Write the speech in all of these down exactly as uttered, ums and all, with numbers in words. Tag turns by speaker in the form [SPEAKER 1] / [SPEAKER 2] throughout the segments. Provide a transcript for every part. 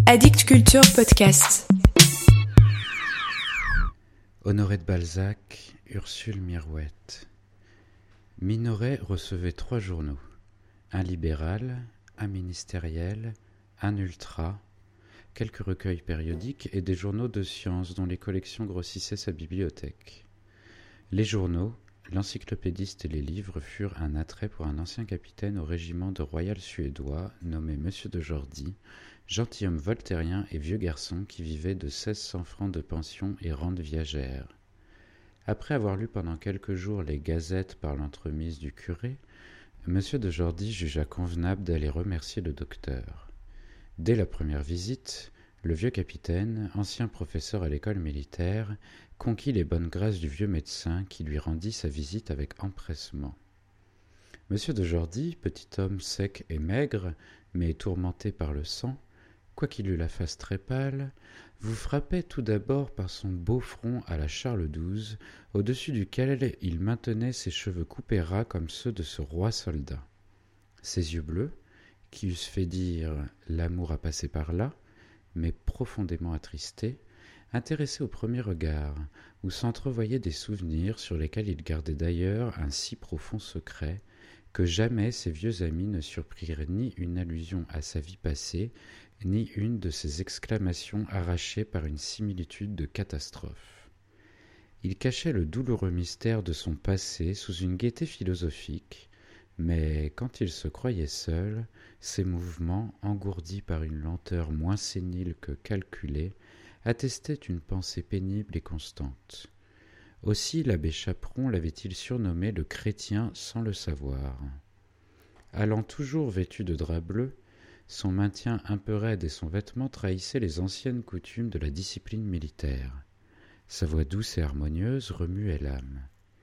[SPEAKER 1] Addict Culture Podcast.
[SPEAKER 2] Honoré de Balzac, Ursule Mirouette. Minoret recevait trois journaux, un libéral, un ministériel, un ultra, quelques recueils périodiques et des journaux de sciences dont les collections grossissaient sa bibliothèque. Les journaux, l'encyclopédiste et les livres furent un attrait pour un ancien capitaine au régiment de royal suédois nommé Monsieur de Jordy, gentilhomme voltairien et vieux garçon qui vivait de seize cents francs de pension et rente viagère. Après avoir lu pendant quelques jours les gazettes par l'entremise du curé, Monsieur de Jordy jugea convenable d'aller remercier le docteur. Dès la première visite, le vieux capitaine, ancien professeur à l'école militaire, conquit les bonnes grâces du vieux médecin qui lui rendit sa visite avec empressement. Monsieur de Jordy, petit homme sec et maigre, mais tourmenté par le sang, quoiqu'il eût la face très pâle, vous frappait tout d'abord par son beau front à la Charles douze, au-dessus duquel il maintenait ses cheveux coupés ras comme ceux de ce roi soldat. Ses yeux bleus, qui eussent fait dire « l'amour a passé par là », mais profondément attristés, intéressaient au premier regard, où s'entrevoyaient des souvenirs sur lesquels il gardait d'ailleurs un si profond secret, que jamais ses vieux amis ne surprirent ni une allusion à sa vie passée, ni une de ces exclamations arrachées par une similitude de catastrophe. Il cachait le douloureux mystère de son passé sous une gaieté philosophique, mais quand il se croyait seul, ses mouvements, engourdis par une lenteur moins sénile que calculée, attestaient une pensée pénible et constante. Aussi l'abbé Chaperon l'avait-il surnommé le chrétien sans le savoir. Allant toujours vêtu de drap bleu, son maintien un peu raide et son vêtement trahissaient les anciennes coutumes de la discipline militaire. Sa voix douce et harmonieuse remuait l'âme.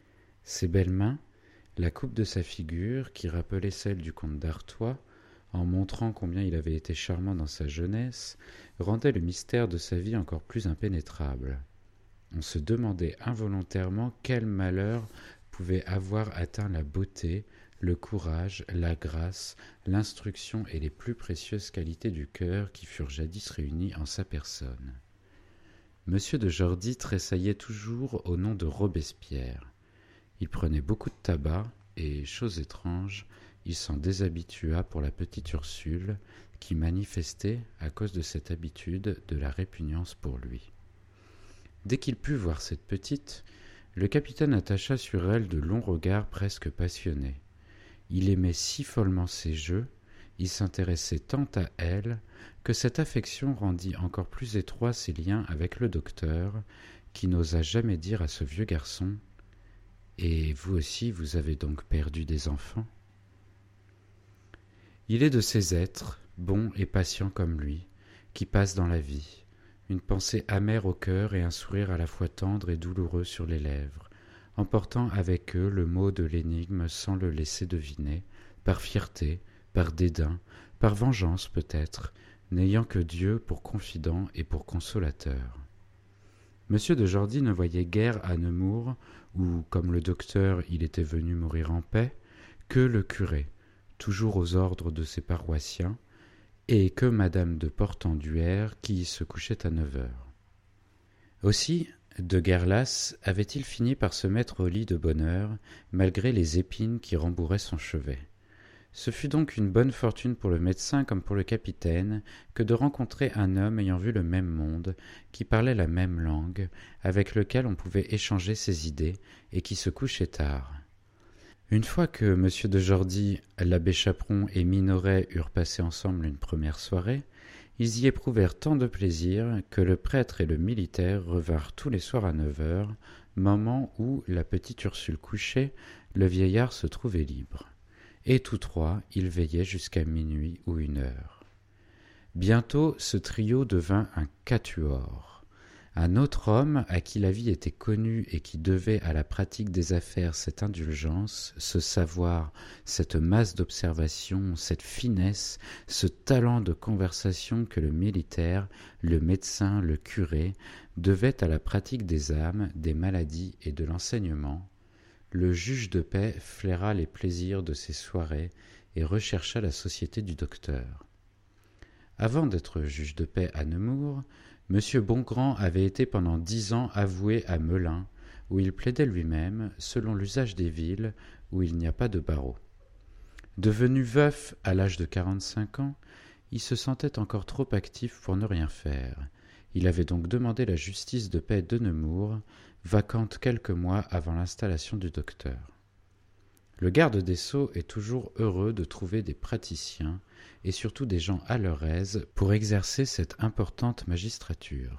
[SPEAKER 2] Ses belles mains, la coupe de sa figure, qui rappelait celle du comte d'Artois, en montrant combien il avait été charmant dans sa jeunesse, rendaient le mystère de sa vie encore plus impénétrable. On se demandait involontairement quel malheur pouvait avoir atteint la beauté, le courage, la grâce, l'instruction et les plus précieuses qualités du cœur qui furent jadis réunies en sa personne. Monsieur de Jordy tressaillait toujours au nom de Robespierre. Il prenait beaucoup de tabac et, chose étrange, il s'en déshabitua pour la petite Ursule, qui manifestait, à cause de cette habitude, de la répugnance pour lui. Dès qu'il put voir cette petite, le capitaine attacha sur elle de longs regards presque passionnés. Il aimait si follement ses jeux, il s'intéressait tant à elle, que cette affection rendit encore plus étroits ses liens avec le docteur, qui n'osa jamais dire à ce vieux garçon « Et vous aussi, vous avez donc perdu des enfants ?» Il est de ces êtres, bons et patients comme lui, qui passent dans la vie, une pensée amère au cœur et un sourire à la fois tendre et douloureux sur les lèvres, emportant avec eux le mot de l'énigme sans le laisser deviner, par fierté, par dédain, par vengeance peut-être, n'ayant que Dieu pour confident et pour consolateur. Monsieur de Jordy ne voyait guère à Nemours, où, comme le docteur, il était venu mourir en paix, que le curé, toujours aux ordres de ses paroissiens, et que madame de Portenduère, qui se couchait à neuf heures. Aussi, de guerre lasse, avait-il fini par se mettre au lit de bonne heure, malgré les épines qui rembourraient son chevet. Ce fut donc une bonne fortune pour le médecin comme pour le capitaine que de rencontrer un homme ayant vu le même monde, qui parlait la même langue, avec lequel on pouvait échanger ses idées, et qui se couchait tard. Une fois que Monsieur de Jordy, l'abbé Chaperon et Minoret eurent passé ensemble une première soirée, ils y éprouvèrent tant de plaisir que le prêtre et le militaire revinrent tous les soirs à neuf heures, moment où, la petite Ursule couchée, le vieillard se trouvait libre. Et tous trois, ils veillaient jusqu'à minuit ou une heure. Bientôt, ce trio devint un quatuor. Un autre homme, à qui la vie était connue et qui devait à la pratique des affaires cette indulgence, ce savoir, cette masse d'observation, cette finesse, ce talent de conversation que le militaire, le médecin, le curé, devaient à la pratique des âmes, des maladies et de l'enseignement, le juge de paix flaira les plaisirs de ces soirées et rechercha la société du docteur. Avant d'être juge de paix à Nemours, M. Bongrand avait été pendant dix ans avoué à Melun, où il plaidait lui-même, selon l'usage des villes, où il n'y a pas de barreau. Devenu veuf à l'âge de quarante-cinq ans, il se sentait encore trop actif pour ne rien faire. Il avait donc demandé la justice de paix de Nemours, vacante quelques mois avant l'installation du docteur. Le garde des Sceaux est toujours heureux de trouver des praticiens et surtout des gens à leur aise pour exercer cette importante magistrature.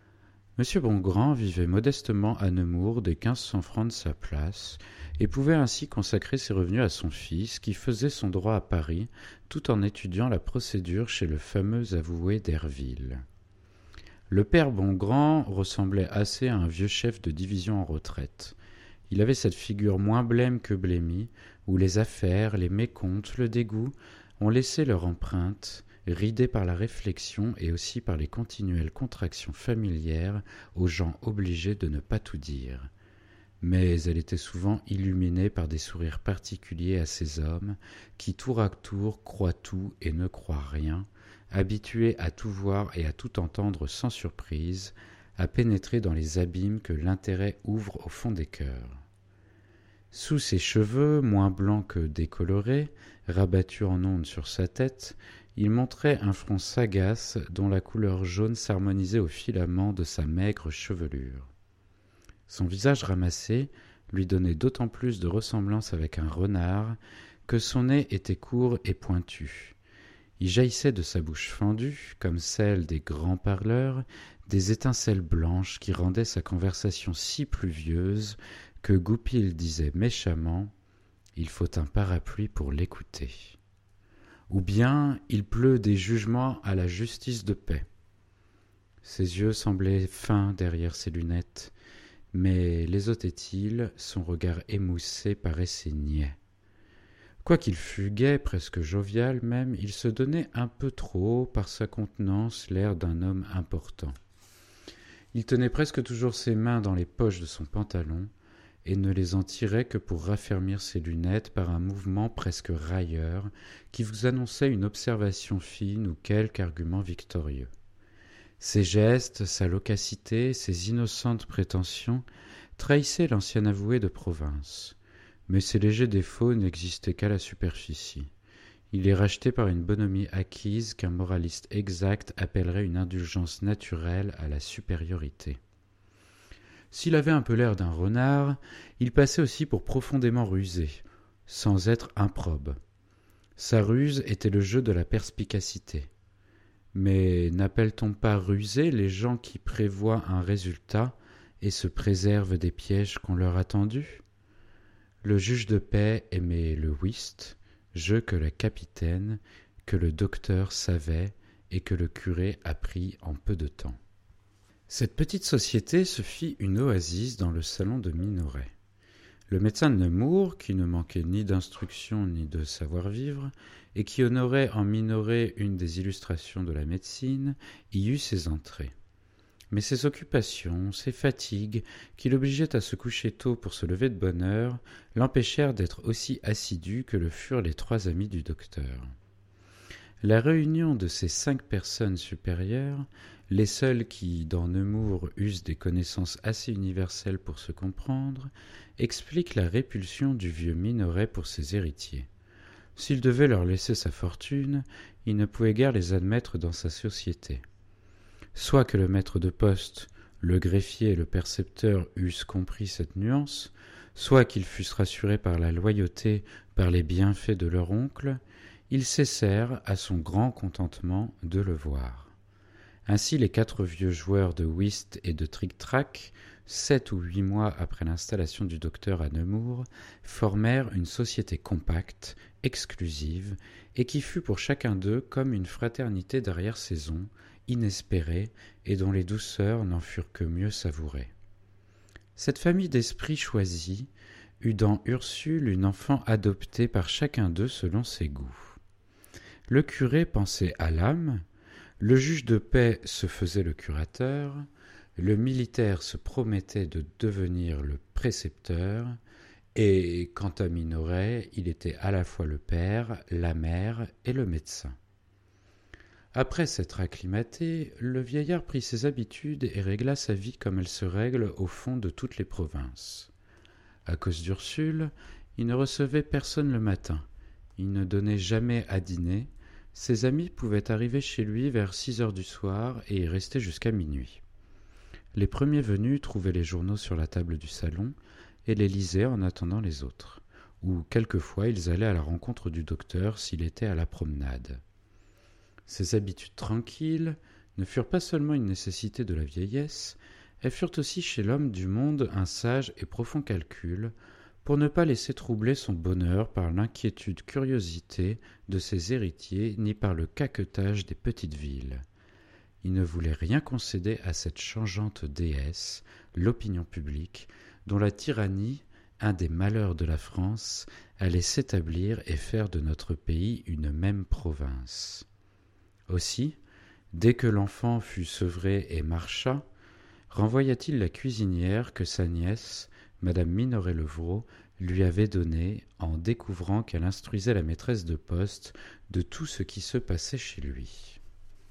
[SPEAKER 2] M. Bongrand vivait modestement à Nemours des quinze cents francs de sa place et pouvait ainsi consacrer ses revenus à son fils qui faisait son droit à Paris tout en étudiant la procédure chez le fameux avoué d'Herville. Le père Bongrand ressemblait assez à un vieux chef de division en retraite. Il avait cette figure moins blême que blêmie, où les affaires, les mécomptes, le dégoût ont laissé leur empreinte, ridée par la réflexion et aussi par les continuelles contractions familières aux gens obligés de ne pas tout dire. Mais elle était souvent illuminée par des sourires particuliers à ces hommes qui, tour à tour, croient tout et ne croient rien, habitués à tout voir et à tout entendre sans surprise, à pénétrer dans les abîmes que l'intérêt ouvre au fond des cœurs. Sous ses cheveux, moins blancs que décolorés, rabattus en ondes sur sa tête, il montrait un front sagace dont la couleur jaune s'harmonisait aux filaments de sa maigre chevelure. Son visage ramassé lui donnait d'autant plus de ressemblance avec un renard que son nez était court et pointu. Il jaillissait de sa bouche fendue, comme celle des grands parleurs, des étincelles blanches qui rendaient sa conversation si pluvieuse que Goupil disait méchamment « Il faut un parapluie pour l'écouter ». Ou bien « Il pleut des jugements à la justice de paix ». Ses yeux semblaient fins derrière ses lunettes, mais les ôtait-il, son regard émoussé paraissait niais. Quoiqu'il fût gai, presque jovial même, il se donnait un peu trop, par sa contenance, l'air d'un homme important. Il tenait presque toujours ses mains dans les poches de son pantalon, et ne les en tirait que pour raffermir ses lunettes par un mouvement presque railleur qui vous annonçait une observation fine ou quelque argument victorieux. Ses gestes, sa loquacité, ses innocentes prétentions trahissaient l'ancien avoué de province. Mais ces légers défauts n'existaient qu'à la superficie. Il les rachetait par une bonhomie acquise qu'un moraliste exact appellerait une indulgence naturelle à la supériorité. S'il avait un peu l'air d'un renard, il passait aussi pour profondément rusé, sans être improbe. Sa ruse était le jeu de la perspicacité. Mais n'appelle-t-on pas rusés les gens qui prévoient un résultat et se préservent des pièges qu'on leur a tendus ? Le juge de paix aimait le whist, jeu que la capitaine, que le docteur savait et que le curé apprit en peu de temps. Cette petite société se fit une oasis dans le salon de Minoret. Le médecin de Nemours, qui ne manquait ni d'instruction ni de savoir-vivre, et qui honorait en Minoret une des illustrations de la médecine, y eut ses entrées. Mais ses occupations, ses fatigues, qui l'obligeaient à se coucher tôt pour se lever de bonne heure, l'empêchèrent d'être aussi assidu que le furent les trois amis du docteur. La réunion de ces cinq personnes supérieures, les seules qui, dans Nemours, eussent des connaissances assez universelles pour se comprendre, explique la répulsion du vieux Minoret pour ses héritiers. S'il devait leur laisser sa fortune, il ne pouvait guère les admettre dans sa société. Soit que le maître de poste, le greffier et le percepteur eussent compris cette nuance, soit qu'ils fussent rassurés par la loyauté, par les bienfaits de leur oncle, ils cessèrent, à son grand contentement, de le voir. Ainsi les quatre vieux joueurs de whist et de tric-trac, sept ou huit mois après l'installation du docteur à Nemours, formèrent une société compacte, exclusive, et qui fut pour chacun d'eux comme une fraternité d'arrière-saison, inespérée, et dont les douceurs n'en furent que mieux savourées. Cette famille d'esprits choisis eut dans Ursule une enfant adoptée par chacun d'eux selon ses goûts. Le curé pensait à l'âme, le juge de paix se faisait le curateur, le militaire se promettait de devenir le précepteur, et quant à Minoret, il était à la fois le père, la mère et le médecin. Après s'être acclimaté, le vieillard prit ses habitudes et régla sa vie comme elle se règle au fond de toutes les provinces. À cause d'Ursule, il ne recevait personne le matin, il ne donnait jamais à dîner, ses amis pouvaient arriver chez lui vers six heures du soir et y rester jusqu'à minuit. Les premiers venus trouvaient les journaux sur la table du salon et les lisaient en attendant les autres, ou quelquefois ils allaient à la rencontre du docteur s'il était à la promenade. Ces habitudes tranquilles ne furent pas seulement une nécessité de la vieillesse, elles furent aussi chez l'homme du monde un sage et profond calcul, pour ne pas laisser troubler son bonheur par l'inquiétude curiosité de ses héritiers ni par le caquetage des petites villes. Il ne voulait rien concéder à cette changeante déesse, l'opinion publique, dont la tyrannie, un des malheurs de la France, allait s'établir et faire de notre pays une même province. Aussi, dès que l'enfant fut sevré et marcha, renvoya-t-il la cuisinière que sa nièce, madame Minoret-Levrault, lui avait donnée en découvrant qu'elle instruisait la maîtresse de poste de tout ce qui se passait chez lui.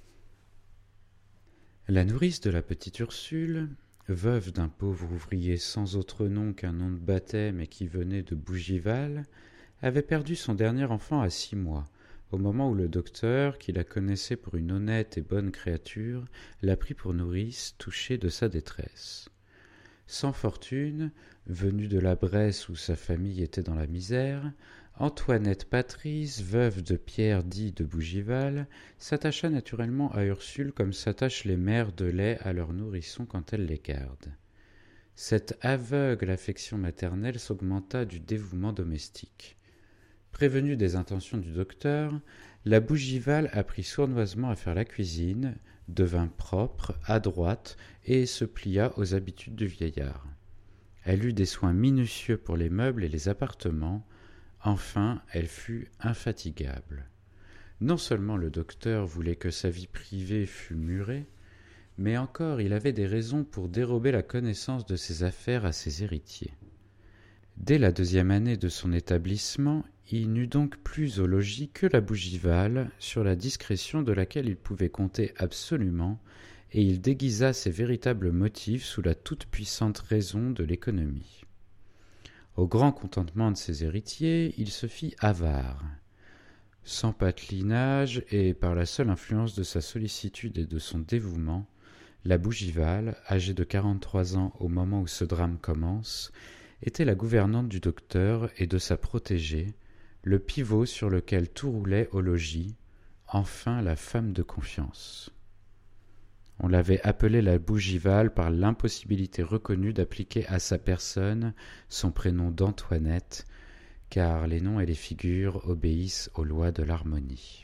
[SPEAKER 2] La nourrice de la petite Ursule, veuve d'un pauvre ouvrier sans autre nom qu'un nom de baptême et qui venait de Bougival, avait perdu son dernier enfant à six mois, au moment où le docteur, qui la connaissait pour une honnête et bonne créature, la prit pour nourrice, touchée de sa détresse. Sans fortune, venue de la Bresse où sa famille était dans la misère, Antoinette Patrice, veuve de Pierre dit de Bougival, s'attacha naturellement à Ursule comme s'attachent les mères de lait à leurs nourrissons quand elles les gardent. Cette aveugle affection maternelle s'augmenta du dévouement domestique. Prévenue des intentions du docteur, la Bougival apprit sournoisement à faire la cuisine, devint propre, adroite, et se plia aux habitudes du vieillard. Elle eut des soins minutieux pour les meubles et les appartements, enfin elle fut infatigable. Non seulement le docteur voulait que sa vie privée fût murée, mais encore il avait des raisons pour dérober la connaissance de ses affaires à ses héritiers. Dès la deuxième année de son établissement, il n'eut donc plus au logis que la Bougival, sur la discrétion de laquelle il pouvait compter absolument, et il déguisa ses véritables motifs sous la toute-puissante raison de l'économie. Au grand contentement de ses héritiers, il se fit avare. Sans patelinage et par la seule influence de sa sollicitude et de son dévouement, la Bougival, âgée de quarante-trois ans au moment où ce drame commence, était la gouvernante du docteur et de sa protégée, le pivot sur lequel tout roulait au logis, enfin la femme de confiance. On l'avait appelée la Bougival par l'impossibilité reconnue d'appliquer à sa personne son prénom d'Antoinette, car les noms et les figures obéissent aux lois de l'harmonie.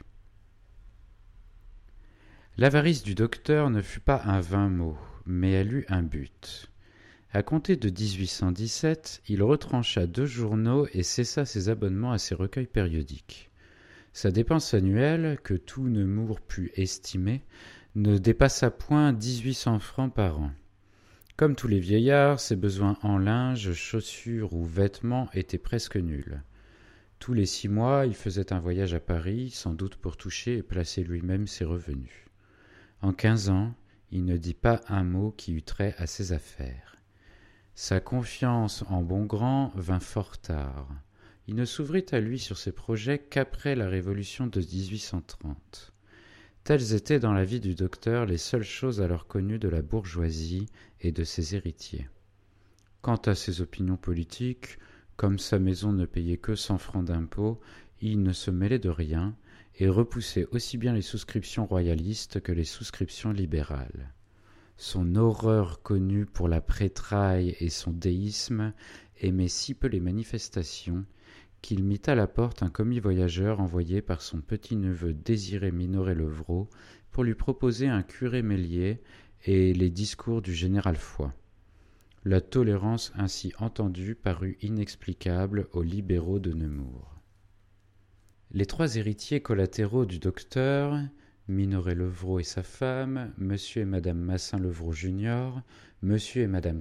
[SPEAKER 2] L'avarice du docteur ne fut pas un vain mot, mais elle eut un but. À compter de dix-huit cent dix-sept, il retrancha deux journaux et cessa ses abonnements à ses recueils périodiques. Sa dépense annuelle, que tout Nemours put estimer, ne dépassa point dix-huit cents francs par an. Comme tous les vieillards, ses besoins en linge, chaussures ou vêtements étaient presque nuls. Tous les six mois, il faisait un voyage à Paris, sans doute pour toucher et placer lui-même ses revenus. En quinze ans, il ne dit pas un mot qui eût trait à ses affaires. Sa confiance en Bongrand vint fort tard. Il ne s'ouvrit à lui sur ses projets qu'après la Révolution de dix-huit cent trente. Telles étaient dans la vie du docteur les seules choses alors connues de la bourgeoisie et de ses héritiers. Quant à ses opinions politiques, comme sa maison ne payait que cent francs d'impôts, il ne se mêlait de rien et repoussait aussi bien les souscriptions royalistes que les souscriptions libérales. Son horreur connue pour la prêtraille et son déisme aimait si peu les manifestations qu'il mit à la porte un commis voyageur envoyé par son petit-neveu Désiré Minoret-Levrault pour lui proposer un curé Mélier et les discours du général Foy. La tolérance ainsi entendue parut inexplicable aux libéraux de Nemours. Les trois héritiers collatéraux du docteur, Minoret-Levrault et sa femme, monsieur et madame Massin-Levrault junior, monsieur et madame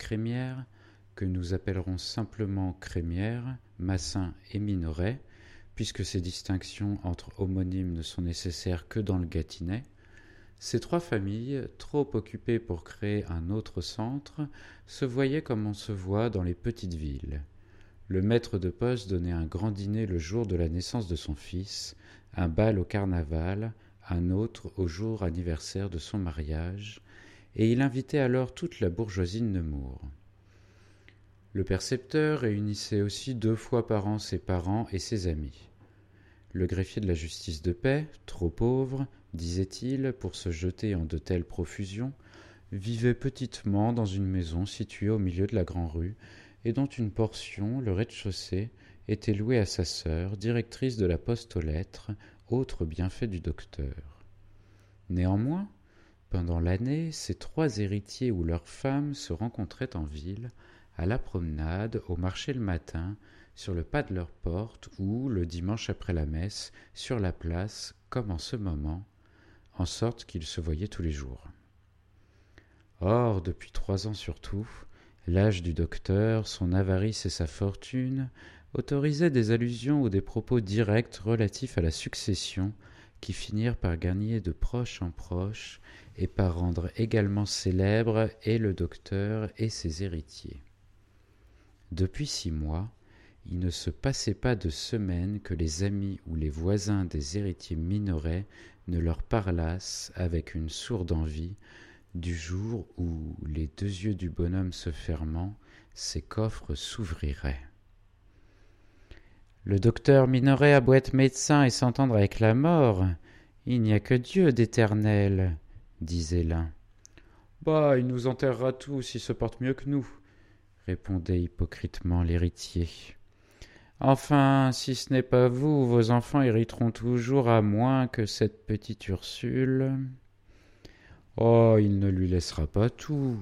[SPEAKER 2] Crémière-Crémière, que nous appellerons simplement Crémière, Massin et Minoret, puisque ces distinctions entre homonymes ne sont nécessaires que dans le Gâtinais, ces trois familles, trop occupées pour créer un autre centre, se voyaient comme on se voit dans les petites villes. Le maître de poste donnait un grand dîner le jour de la naissance de son fils, un bal au carnaval, un autre au jour anniversaire de son mariage, et il invitait alors toute la bourgeoisie de Nemours. Le percepteur réunissait aussi deux fois par an ses parents et ses amis. Le greffier de la justice de paix, trop pauvre, disait-il, pour se jeter en de telles profusions, vivait petitement dans une maison située au milieu de la Grand-Rue et dont une portion, le rez-de-chaussée, était louée à sa sœur, directrice de la poste aux lettres, autre bienfait du docteur. Néanmoins, pendant l'année, ces trois héritiers ou leurs femmes se rencontraient en ville, à la promenade, au marché le matin, sur le pas de leur porte ou, le dimanche après la messe, sur la place, comme en ce moment, en sorte qu'ils se voyaient tous les jours. Or, depuis trois ans surtout, l'âge du docteur, son avarice et sa fortune autorisaient des allusions ou des propos directs relatifs à la succession qui finirent par gagner de proche en proche et par rendre également célèbres et le docteur et ses héritiers. Depuis six mois, il ne se passait pas de semaine que les amis ou les voisins des héritiers Minoret ne leur parlassent avec une sourde envie du jour où, les deux yeux du bonhomme se fermant, ses coffres s'ouvriraient. Le docteur Minoret a beau être médecin et s'entendre avec la mort, il n'y a que Dieu d'éternel, disait l'un. Bah, il nous enterrera tous, il se porte mieux que nous, répondait hypocritement l'héritier. Enfin, si ce n'est pas vous, vos enfants hériteront toujours à moins que cette petite Ursule. Oh, il ne lui laissera pas tout.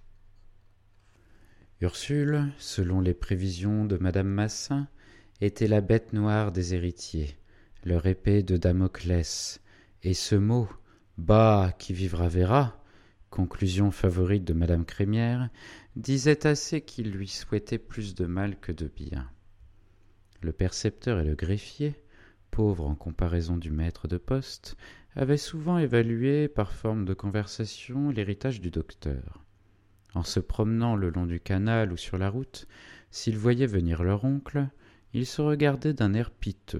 [SPEAKER 2] Ursule, selon les prévisions de madame Massin, était la bête noire des héritiers, leur épée de Damoclès, et ce mot « bah, qui vivra verra », conclusion favorite de madame Crémière, disait assez qu'il lui souhaitait plus de mal que de bien. Le percepteur et le greffier, pauvres en comparaison du maître de poste, avaient souvent évalué, par forme de conversation, l'héritage du docteur. En se promenant le long du canal ou sur la route, s'ils voyaient venir leur oncle, ils se regardaient d'un air piteux.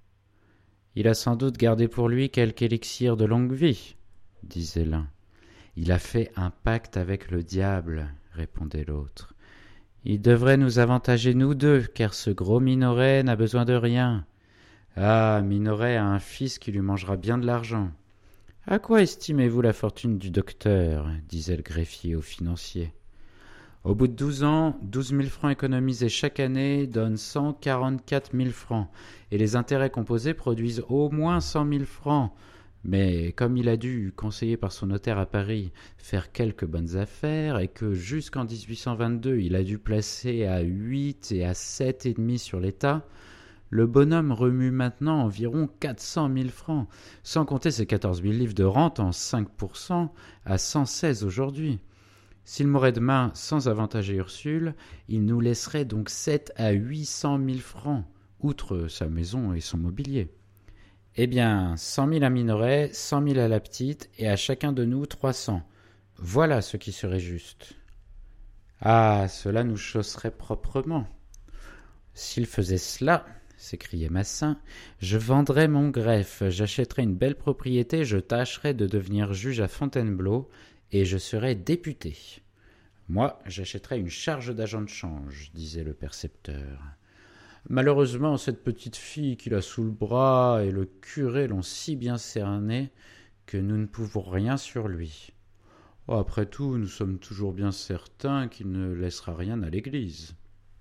[SPEAKER 2] « Il a sans doute gardé pour lui quelque élixir de longue vie, » disait l'un. « Il a fait un pacte avec le diable, » répondait l'autre. « Il devrait nous avantager nous deux, car ce gros Minoret n'a besoin de rien. Ah, Minoret a un fils qui lui mangera bien de l'argent. »« À quoi estimez-vous la fortune du docteur ?» disait le greffier au financier. « Au bout de douze ans, douze mille francs économisés chaque année donnent cent quarante-quatre mille francs, et les intérêts composés produisent au moins cent mille francs. Mais comme il a dû, conseillé par son notaire à Paris, faire quelques bonnes affaires, et que jusqu'en dix-huit cent vingt-deux il a dû placer à huit et à sept et demi sur l'État, le bonhomme remue maintenant environ quatre cent mille francs, sans compter ses quatorze mille livres de rente en cinq pour cent à cent seize aujourd'hui. S'il mourait demain sans avantager Ursule, il nous laisserait donc sept à huit cent mille francs, outre sa maison et son mobilier. Eh bien, cent mille à Minoret, cent mille à la petite, et à chacun de nous trois cents. Voilà ce qui serait juste. Ah, cela nous chausserait proprement. S'il faisait cela, s'écriait Massin, je vendrais mon greffe, j'achèterais une belle propriété, je tâcherais de devenir juge à Fontainebleau, et je serais député. Moi, j'achèterais une charge d'agent de change, disait le percepteur. Malheureusement, cette petite fille qu'il a sous le bras et le curé l'ont si bien cerné que nous ne pouvons rien sur lui. Oh, après tout, nous sommes toujours bien certains qu'il ne laissera rien à l'Église.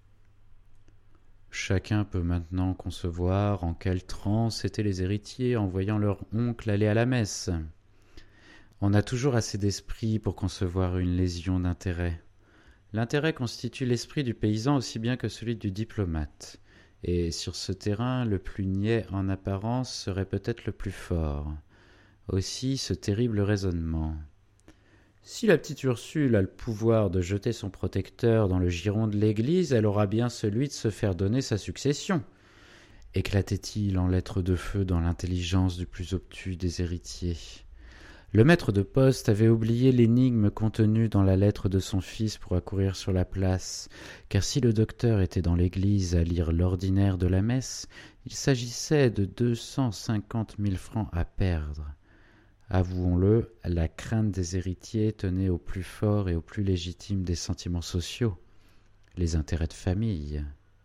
[SPEAKER 2] Chacun peut maintenant concevoir en quelle transe étaient les héritiers en voyant leur oncle aller à la messe. On a toujours assez d'esprit pour concevoir une lésion d'intérêt. L'intérêt constitue l'esprit du paysan aussi bien que celui du diplomate. Et sur ce terrain, le plus niais en apparence serait peut-être le plus fort. Aussi ce terrible raisonnement. Si la petite Ursule a le pouvoir de jeter son protecteur dans le giron de l'Église, elle aura bien celui de se faire donner sa succession. éclatait-il en lettres de feu dans l'intelligence du plus obtus des héritiers. Le maître de poste avait oublié l'énigme contenue dans la lettre de son fils pour accourir sur la place, car si le docteur était dans l'église à lire l'ordinaire de la messe, il s'agissait de deux cent cinquante mille francs à perdre. Avouons-le, la crainte des héritiers tenait au plus fort et au plus légitime des sentiments sociaux, les intérêts de famille.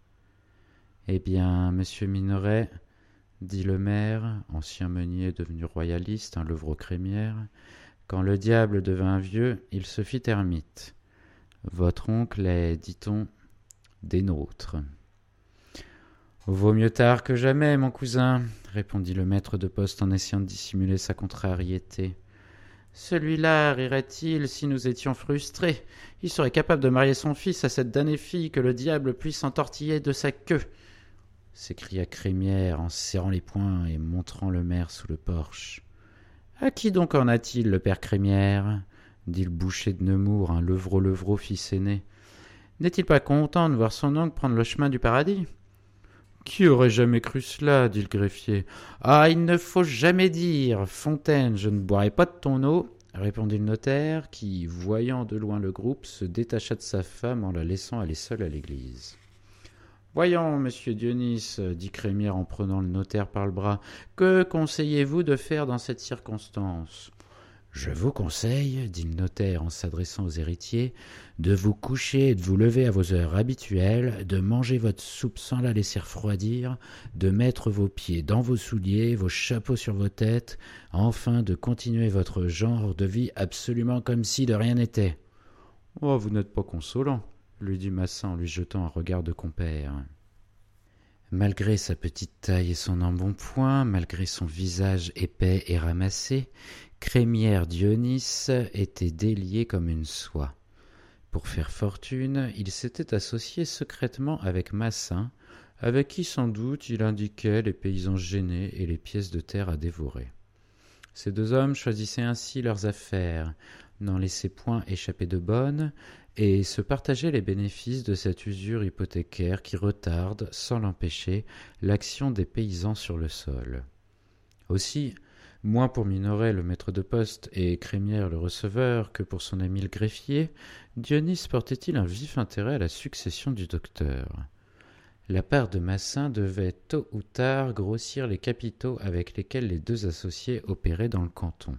[SPEAKER 2] « Eh bien, monsieur Minoret, dit le maire, ancien meunier devenu royaliste, un levrault-crémière, quand le diable devint vieux, il se fit ermite. Votre oncle est, dit-on, des nôtres. Vaut mieux tard que jamais, mon cousin, répondit le maître de poste en essayant de dissimuler sa contrariété. Celui-là rirait-il si nous étions frustrés? Il serait capable de marier son fils à cette damnée fille que le diable puisse entortiller de sa queue, s'écria Crémière en serrant les poings et montrant le maire sous le porche. « À qui donc en a-t-il, le père Crémière ?» dit le boucher de Nemours, un levrault-levrault fils aîné. « N'est-il pas content de voir son oncle prendre le chemin du paradis ?» « Qui aurait jamais cru cela ?» dit le greffier. « Ah, il ne faut jamais dire, Fontaine, je ne boirai pas de ton eau, » répondit le notaire, qui, voyant de loin le groupe, se détacha de sa femme en la laissant aller seule à l'église. « Voyons, monsieur Dionis, dit Crémière en prenant le notaire par le bras, que conseillez-vous de faire dans cette circonstance ? » « Je vous conseille, dit le notaire en s'adressant aux héritiers, de vous coucher et de vous lever à vos heures habituelles, de manger votre soupe sans la laisser refroidir, de mettre vos pieds dans vos souliers, vos chapeaux sur vos têtes, enfin de continuer votre genre de vie absolument comme si de rien n'était. »« Oh, vous n'êtes pas consolant, lui dit Massin en lui jetant un regard de compère. Malgré sa petite taille et son embonpoint, malgré son visage épais et ramassé, Crémière Dionis était délié comme une soie. Pour faire fortune, il s'était associé secrètement avec Massin, avec qui sans doute il indiquait les paysans gênés et les pièces de terre à dévorer. Ces deux hommes choisissaient ainsi leurs affaires, n'en laissaient point échapper de bonnes, et se partageaient les bénéfices de cette usure hypothécaire qui retarde, sans l'empêcher, l'action des paysans sur le sol. Aussi, moins pour Minoret le maître de poste et Crémière le receveur que pour son ami le greffier, Dionis portait-il un vif intérêt à la succession du docteur. La part de Massin devait tôt ou tard grossir les capitaux avec lesquels les deux associés opéraient dans le canton.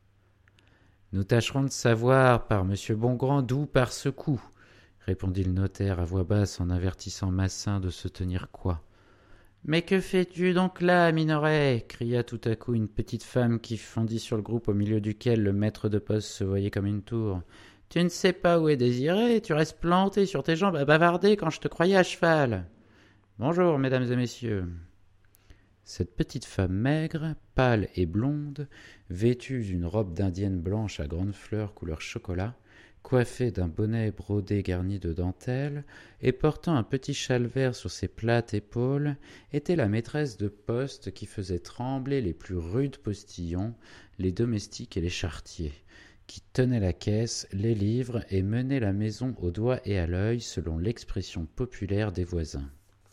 [SPEAKER 2] « Nous tâcherons de savoir par monsieur Bongrand d'où part ce coup, répondit le notaire à voix basse en avertissant Massin de se tenir coi. « Mais que fais-tu donc là, Minoret » cria tout à coup une petite femme qui fondit sur le groupe au milieu duquel le maître de poste se voyait comme une tour. « Tu ne sais pas où est Désiré, tu restes planté sur tes jambes à bavarder quand je te croyais à cheval. Bonjour, mesdames et messieurs. » Cette petite femme maigre, pâle et blonde, vêtue d'une robe d'indienne blanche à grandes fleurs couleur chocolat, coiffée d'un bonnet brodé garni de dentelle et portant un petit châle vert sur ses plates épaules, était la maîtresse de poste qui faisait trembler les plus rudes postillons, les domestiques et les charretiers, qui tenaient la caisse, les livres et menaient la maison au doigt et à l'œil selon l'expression populaire des voisins.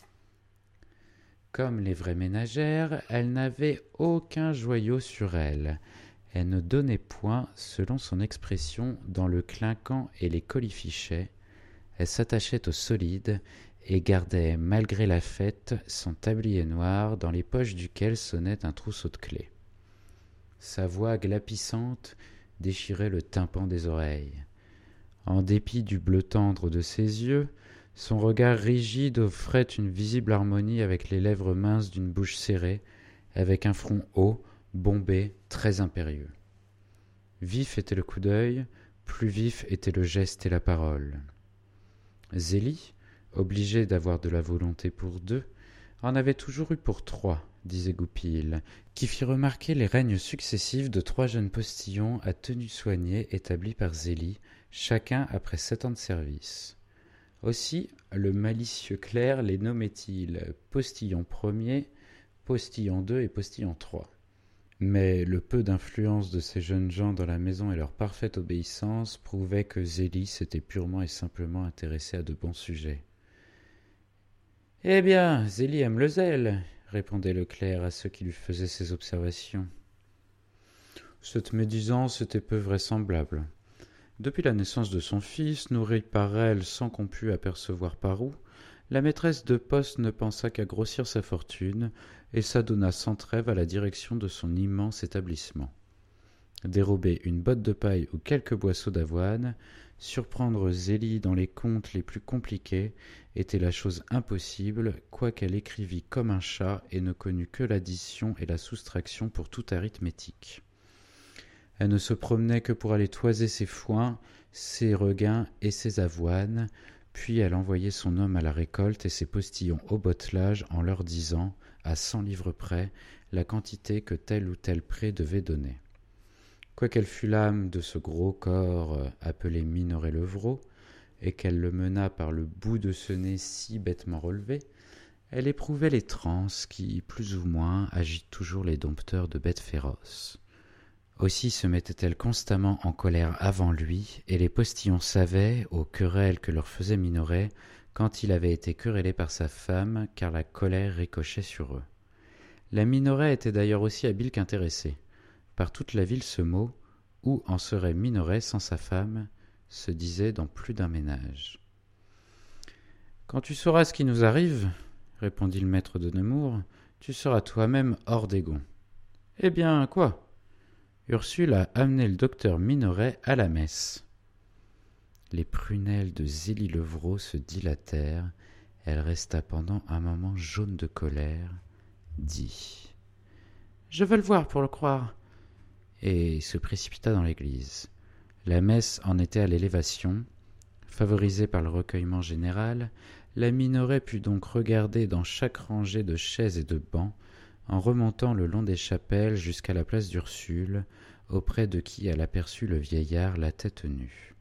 [SPEAKER 2] Comme les vraies ménagères, elle n'avait aucun joyau sur elle. Elle ne donnait point, selon son expression, dans le clinquant et les colifichets. Elle s'attachait au solide et gardait, malgré la fête, son tablier noir dans les poches duquel sonnait un trousseau de clés. Sa voix glapissante déchirait le tympan des oreilles. En dépit du bleu tendre de ses yeux, son regard rigide offrait une visible harmonie avec les lèvres minces d'une bouche serrée, avec un front haut, bombé, très impérieux. Vif était le coup d'œil, plus vif était le geste et la parole. Zélie, obligée d'avoir de la volonté pour deux, en avait toujours eu pour trois, disait Goupil, qui fit remarquer les règnes successifs de trois jeunes postillons à tenue soignée établis par Zélie, chacun après sept ans de service. Aussi, le malicieux clerc les nommait-il postillon premier, postillon deux et postillon trois. Mais le peu d'influence de ces jeunes gens dans la maison et leur parfaite obéissance prouvaient que Zélie s'était purement et simplement intéressée à de bons sujets. « Eh bien, Zélie aime le zèle, répondait le clerc à ceux qui lui faisaient ces observations. Cette médisance était peu vraisemblable. Depuis la naissance de son fils, nourri par elle sans qu'on pût apercevoir par où, la maîtresse de poste ne pensa qu'à grossir sa fortune et s'adonna sans trêve à la direction de son immense établissement. Dérober une botte de paille ou quelques boisseaux d'avoine, surprendre Zélie dans les comptes les plus compliqués était la chose impossible, quoiqu'elle écrivît comme un chat et ne connût que l'addition et la soustraction pour toute arithmétique. Elle ne se promenait que pour aller toiser ses foins, ses regains et ses avoines, puis elle envoyait son homme à la récolte et ses postillons au bottelage en leur disant, à cent livres près, la quantité que tel ou tel pré devait donner. Quoiqu'elle fût l'âme de ce gros corps appelé Minoret-Levrault, et qu'elle le menât par le bout de ce nez si bêtement relevé, elle éprouvait les transes qui, plus ou moins, agitent toujours les dompteurs de bêtes féroces. Aussi se mettait-elle constamment en colère avant lui, et les postillons savaient, aux querelles que leur faisait Minoret, quand il avait été querellé par sa femme, car la colère ricochait sur eux. La Minoret était d'ailleurs aussi habile qu'intéressée. Par toute la ville ce mot, où en serait Minoret sans sa femme, se disait dans plus d'un ménage. « Quand tu sauras ce qui nous arrive, répondit le maître de Nemours, tu seras toi-même hors d'égon. »« Eh bien, quoi ?» Ursule a amené le docteur Minoret à la messe. Les prunelles de Zélie Levrault se dilatèrent. Elle resta pendant un moment jaune de colère, dit « Je veux le voir pour le croire !» et se précipita dans l'église. La messe en était à l'élévation. Favorisée par le recueillement général, la Minoret put donc regarder dans chaque rangée de chaises et de bancs, en remontant le long des chapelles jusqu'à la place d'Ursule, auprès de qui elle aperçut le vieillard la tête nue.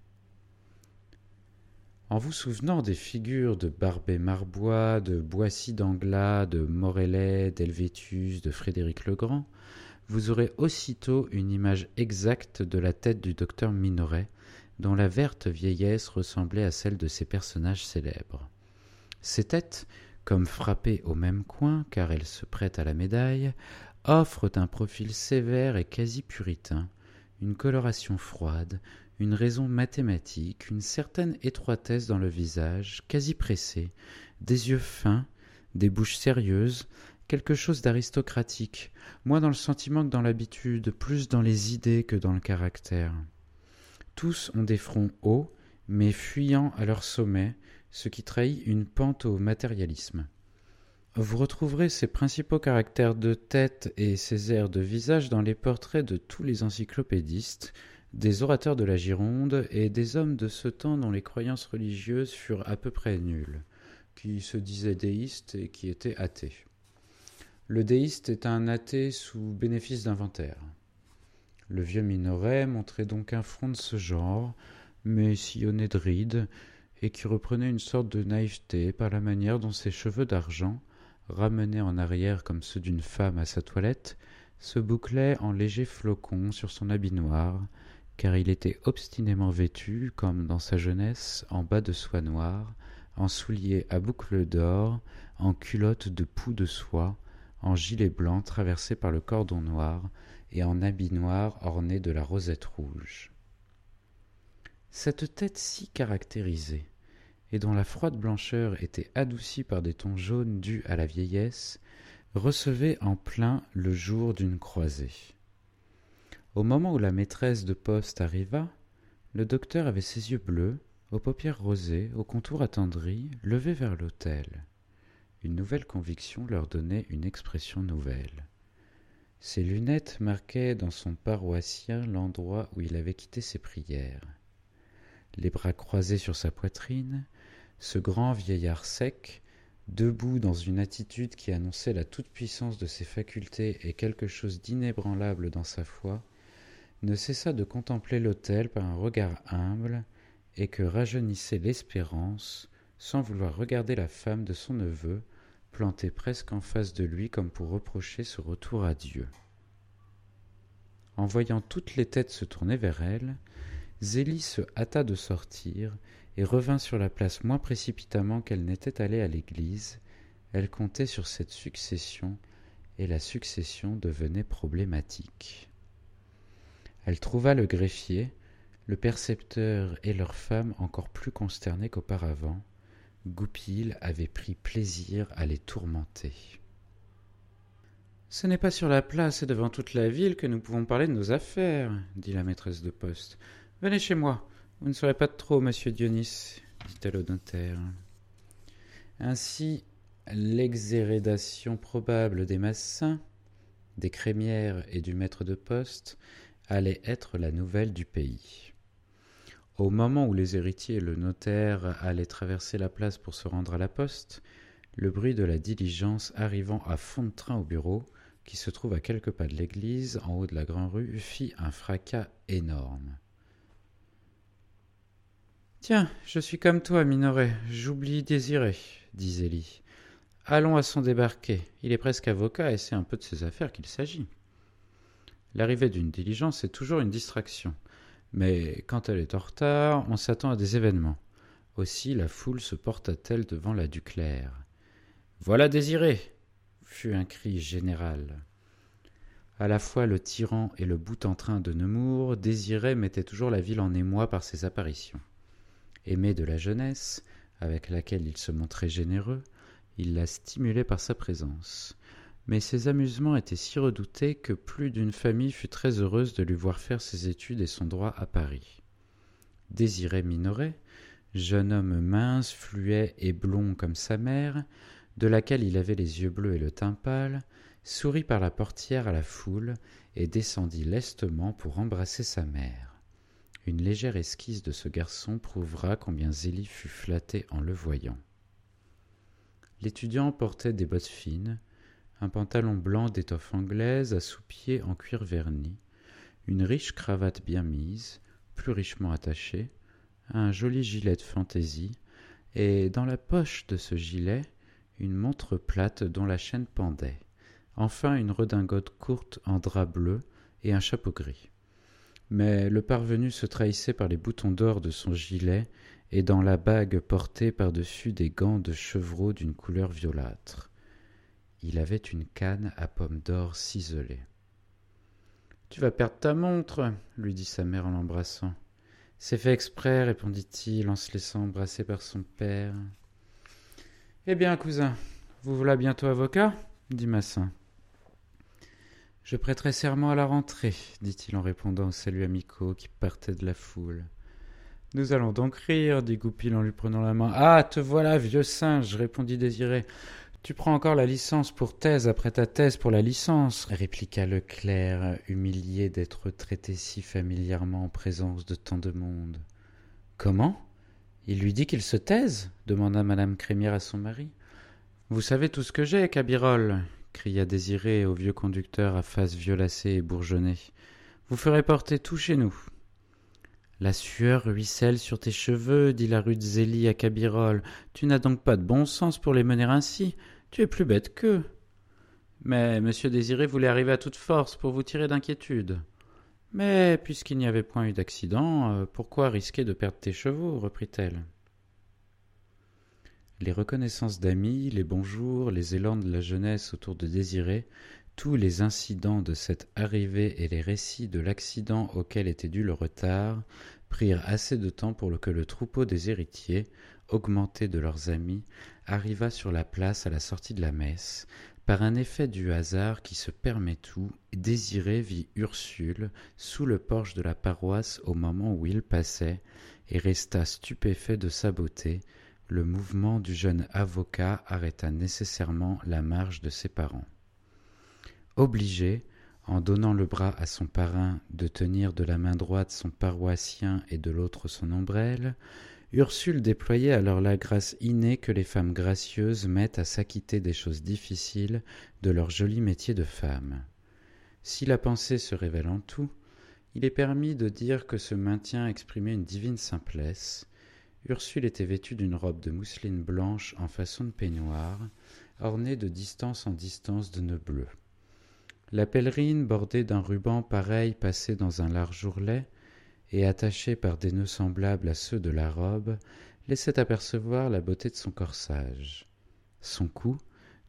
[SPEAKER 2] En vous souvenant des figures de Barbé-Marbois, de Boissy d'Anglas, de Morellet, d'Helvétius, de Frédéric le Grand, vous aurez aussitôt une image exacte de la tête du docteur Minoret, dont la verte vieillesse ressemblait à celle de ces personnages célèbres. Ces têtes, comme frappées au même coin, car elles se prêtent à la médaille, offrent un profil sévère et quasi puritain, une coloration froide, une raison mathématique, une certaine étroitesse dans le visage, quasi pressé, des yeux fins, des bouches sérieuses, quelque chose d'aristocratique, moins dans le sentiment que dans l'habitude, plus dans les idées que dans le caractère. Tous ont des fronts hauts, mais fuyant à leur sommet, ce qui trahit une pente au matérialisme. Vous retrouverez ces principaux caractères de tête et ces airs de visage dans les portraits de tous les encyclopédistes, des orateurs de la Gironde et des hommes de ce temps dont les croyances religieuses furent à peu près nulles, qui se disaient déistes et qui étaient athées. Le déiste est un athée sous bénéfice d'inventaire. Le vieux Minoret montrait donc un front de ce genre, mais sillonné de rides, et qui reprenait une sorte de naïveté par la manière dont ses cheveux d'argent, ramenés en arrière comme ceux d'une femme à sa toilette, se bouclaient en légers flocons sur son habit noir, car il était obstinément vêtu, comme dans sa jeunesse, en bas de soie noire, en souliers à boucles d'or, en culotte de poux de soie, en gilet blanc traversé par le cordon noir, et en habit noir orné de la rosette rouge. Cette tête si caractérisée, et dont la froide blancheur était adoucie par des tons jaunes dus à la vieillesse, recevait en plein le jour d'une croisée. Au moment où la maîtresse de poste arriva, le docteur avait ses yeux bleus, aux paupières rosées, au contour attendri, levés vers l'autel. Une nouvelle conviction leur donnait une expression nouvelle. Ses lunettes marquaient dans son paroissien l'endroit où il avait quitté ses prières. Les bras croisés sur sa poitrine, ce grand vieillard sec, debout dans une attitude qui annonçait la toute-puissance de ses facultés et quelque chose d'inébranlable dans sa foi, ne cessa de contempler l'autel par un regard humble et que rajeunissait l'espérance, sans vouloir regarder la femme de son neveu, plantée presque en face de lui comme pour reprocher ce retour à Dieu. En voyant toutes les têtes se tourner vers elle, Zélie se hâta de sortir et revint sur la place moins précipitamment qu'elle n'était allée à l'église, Elle comptait sur cette succession, et la succession devenait problématique. Elle trouva le greffier, le percepteur et leur femme encore plus consternés qu'auparavant. Goupil avait pris plaisir à les tourmenter. « Ce n'est pas sur la place et devant toute la ville que nous pouvons parler de nos affaires, dit la maîtresse de poste. Venez chez moi, vous ne serez pas de trop, monsieur Dionis, dit-elle au notaire. Ainsi, l'exhérédation probable des Massin, des crémières et du maître de poste allait être la nouvelle du pays. Au moment où les héritiers et le notaire allaient traverser la place pour se rendre à la poste, le bruit de la diligence arrivant à fond de train au bureau, qui se trouve à quelques pas de l'église, en haut de la grande-rue, fit un fracas énorme. « Tiens, je suis comme toi, Minoret, j'oublie Désiré, » dit Zélie. « Allons à son débarquer, il est presque avocat et c'est un peu de ses affaires qu'il s'agit. » L'arrivée d'une diligence est toujours une distraction, mais quand elle est en retard, on s'attend à des événements. Aussi la foule se porta-t-elle devant la Duclerc. « Voilà Désiré !» fut un cri général. À la fois le tyran et le boute-en-train de Nemours, Désiré mettait toujours la ville en émoi par ses apparitions. Aimé de la jeunesse, avec laquelle il se montrait généreux, il la stimulait par sa présence. Mais ses amusements étaient si redoutés que plus d'une famille fut très heureuse de lui voir faire ses études et son droit à Paris. Désiré Minoret, jeune homme mince, fluet et blond comme sa mère, de laquelle il avait les yeux bleus et le teint pâle, sourit par la portière à la foule et descendit lestement pour embrasser sa mère. Une légère esquisse de ce garçon prouvera combien Zélie fut flattée en le voyant. L'étudiant portait des bottes fines, un pantalon blanc d'étoffe anglaise à sous-pieds en cuir verni, une riche cravate bien mise, plus richement attachée, un joli gilet de fantaisie, et dans la poche de ce gilet, une montre plate dont la chaîne pendait, enfin une redingote courte en drap bleu et un chapeau gris. Mais le parvenu se trahissait par les boutons d'or de son gilet et dans la bague portée par-dessus des gants de chevreau d'une couleur violâtre. Il avait une canne à pommes d'or ciselée. « Tu vas perdre ta montre, » lui dit sa mère en l'embrassant. « C'est fait exprès, » répondit-il en se laissant embrasser par son père. « Eh bien, cousin, vous voilà bientôt avocat ?» dit Massin. « Je prêterai serment à la rentrée, » dit-il en répondant aux saluts amicaux qui partaient de la foule. « Nous allons donc rire, » dit Goupil en lui prenant la main. « Ah, te voilà, vieux singe, » répondit Désiré. « Tu prends encore la licence pour thèse après ta thèse pour la licence, » répliqua Leclerc, humilié d'être traité si familièrement en présence de tant de monde. « Comment ? Il lui dit qu'il se taise ?» demanda madame Crémière à son mari. « Vous savez tout ce que j'ai, Cabirol !» cria Désiré au vieux conducteur à face violacée et bourgeonnée. « Vous ferez porter tout chez nous. » « La sueur ruisselle sur tes cheveux, dit la rude Zélie à Cabirol. Tu n'as donc pas de bon sens pour les mener ainsi. Tu es plus bête qu'eux. Mais monsieur Désiré voulait arriver à toute force pour vous tirer d'inquiétude. Mais puisqu'il n'y avait point eu d'accident, pourquoi risquer de perdre tes chevaux, reprit-elle. Les reconnaissances d'amis, les bonjours, les élans de la jeunesse autour de Désiré, tous les incidents de cette arrivée et les récits de l'accident auquel était dû le retard prirent assez de temps pour que le troupeau des héritiers, augmenté de leurs amis, arriva sur la place à la sortie de la messe. Par un effet du hasard qui se permet tout, Désiré vit Ursule sous le porche de la paroisse au moment où il passait et resta stupéfait de sa beauté. Le mouvement du jeune avocat arrêta nécessairement la marche de ses parents. Obligé, en donnant le bras à son parrain, de tenir de la main droite son paroissien et de l'autre son ombrelle, Ursule déployait alors la grâce innée que les femmes gracieuses mettent à s'acquitter des choses difficiles de leur joli métier de femme. Si la pensée se révèle en tout, il est permis de dire que ce maintien exprimait une divine simplesse. Ursule était vêtue d'une robe de mousseline blanche en façon de peignoir, ornée de distance en distance de nœuds bleus. La pèlerine, bordée d'un ruban pareil passé dans un large ourlet et attaché par des nœuds semblables à ceux de la robe, laissait apercevoir la beauté de son corsage. Son cou,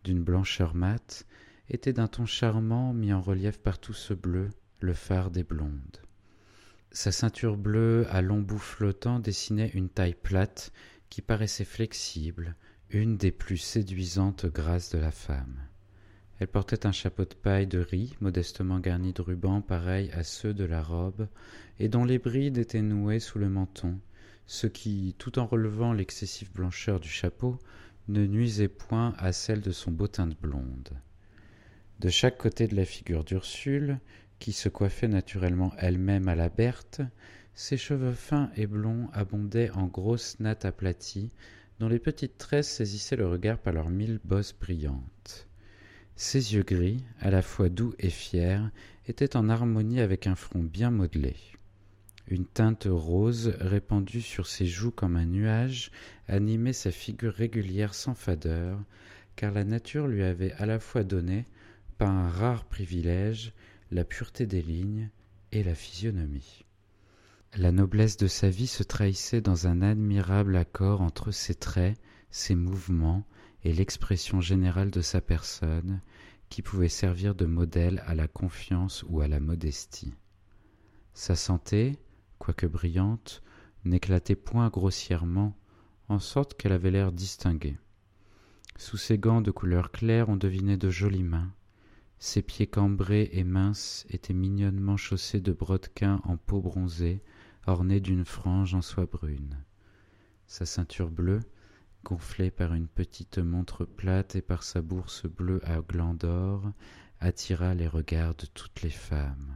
[SPEAKER 2] d'une blancheur mate, était d'un ton charmant mis en relief par tout ce bleu, le phare des blondes. Sa ceinture bleue à longs bouts flottants dessinait une taille plate qui paraissait flexible, une des plus séduisantes grâces de la femme. Elle portait un chapeau de paille de riz, modestement garni de rubans pareils à ceux de la robe, et dont les brides étaient nouées sous le menton, ce qui, tout en relevant l'excessive blancheur du chapeau, ne nuisait point à celle de son beau teint de blonde. De chaque côté de la figure d'Ursule, qui se coiffait naturellement elle-même à la Berthe, ses cheveux fins et blonds abondaient en grosses nattes aplaties, dont les petites tresses saisissaient le regard par leurs mille bosses brillantes. Ses yeux gris, à la fois doux et fiers, étaient en harmonie avec un front bien modelé. Une teinte rose, répandue sur ses joues comme un nuage, animait sa figure régulière sans fadeur, car la nature lui avait à la fois donné, par un rare privilège, la pureté des lignes et la physionomie. La noblesse de sa vie se trahissait dans un admirable accord entre ses traits, ses mouvements et l'expression générale de sa personne, qui pouvait servir de modèle à la confiance ou à la modestie. Sa santé, quoique brillante, n'éclatait point grossièrement, en sorte qu'elle avait l'air distingué. Sous ses gants de couleur claire, on devinait de jolies mains. Ses pieds cambrés et minces étaient mignonnement chaussés de brodequins en peau bronzée, ornés d'une frange en soie brune. Sa ceinture bleue, gonflée par une petite montre plate et par sa bourse bleue à glands d'or, attira les regards de toutes les femmes.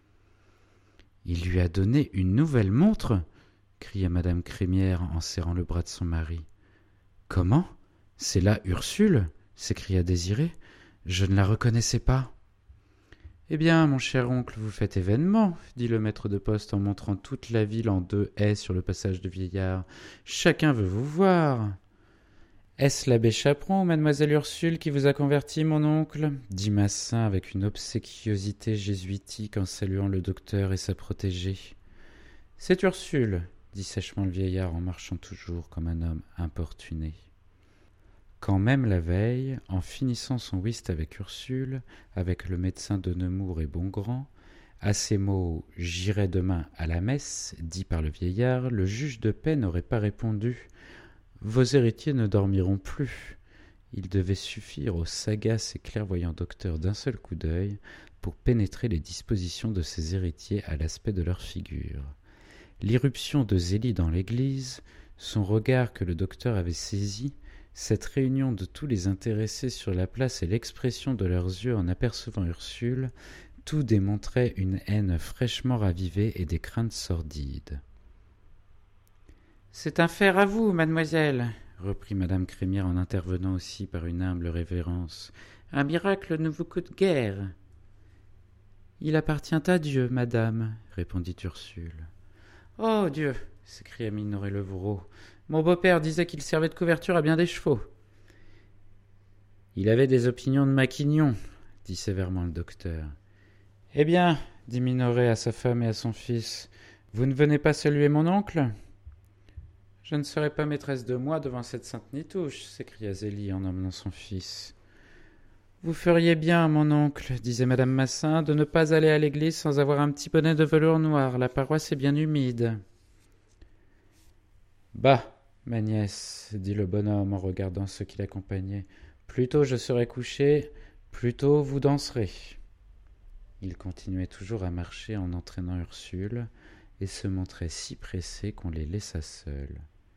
[SPEAKER 2] « Il lui a donné une nouvelle montre !» cria madame Crémière en serrant le bras de son mari. « Comment ? C'est là Ursule !» s'écria Désiré. « Je ne la reconnaissais pas. »« Eh bien, mon cher oncle, vous faites événement, » dit le maître de poste en montrant toute la ville en deux haies sur le passage de Vieillard. « Chacun veut vous voir. »« Est-ce l'abbé Chaperon ou mademoiselle Ursule qui vous a converti, mon oncle ?» dit Massin avec une obséquiosité jésuitique en saluant le docteur et sa protégée. « C'est Ursule, » dit sèchement le vieillard en marchant toujours comme un homme importuné. Quand même la veille, en finissant son whist avec Ursule, avec le médecin de Nemours et Bongrand, à ces mots « j'irai demain à la messe » dit par le vieillard, le juge de paix n'aurait pas répondu « Vos héritiers ne dormiront plus ». Il devait suffire au sagace et clairvoyant docteur d'un seul coup d'œil pour pénétrer les dispositions de ses héritiers à l'aspect de leur figure. L'irruption de Zélie dans l'église, son regard que le docteur avait saisi, cette réunion de tous les intéressés sur la place et l'expression de leurs yeux en apercevant Ursule, tout démontrait une haine fraîchement ravivée et des craintes sordides. « C'est un fer à vous, mademoiselle, » reprit madame Crémière en intervenant aussi par une humble révérence. « Un miracle ne vous coûte guère. »« Il appartient à Dieu, madame, » répondit Ursule. « Oh Dieu !» s'écria Minoret Levrault. « Mon beau-père disait qu'il servait de couverture à bien des chevaux. »« Il avait des opinions de Maquignon, » dit sévèrement le docteur. « Eh bien, » dit Minoret à sa femme et à son fils, « vous ne venez pas saluer mon oncle ?»« Je ne serai pas maîtresse de moi devant cette sainte Nitouche, » s'écria Zélie en emmenant son fils. « Vous feriez bien, mon oncle, » disait madame Massin, « de ne pas aller à l'église sans avoir un petit bonnet de velours noir. La paroisse est bien humide. »« Bah, ma nièce, » dit le bonhomme en regardant ceux qui l'accompagnaient, « plus tôt je serai couché, plus tôt vous danserez. » Il continuait toujours à marcher en entraînant Ursule et se montrait si pressé qu'on les laissa seuls.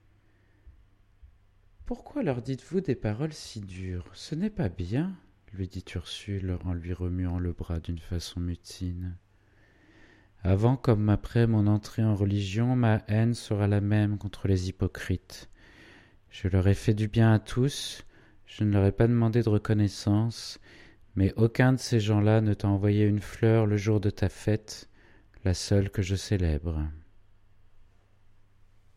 [SPEAKER 2] « Pourquoi leur dites-vous des paroles si dures ? Ce n'est pas bien, » lui dit Ursule en lui remuant le bras d'une façon mutine. « Avant comme après mon entrée en religion, ma haine sera la même contre les hypocrites. Je leur ai fait du bien à tous, je ne leur ai pas demandé de reconnaissance, mais aucun de ces gens-là ne t'a envoyé une fleur le jour de ta fête, la seule que je célèbre. »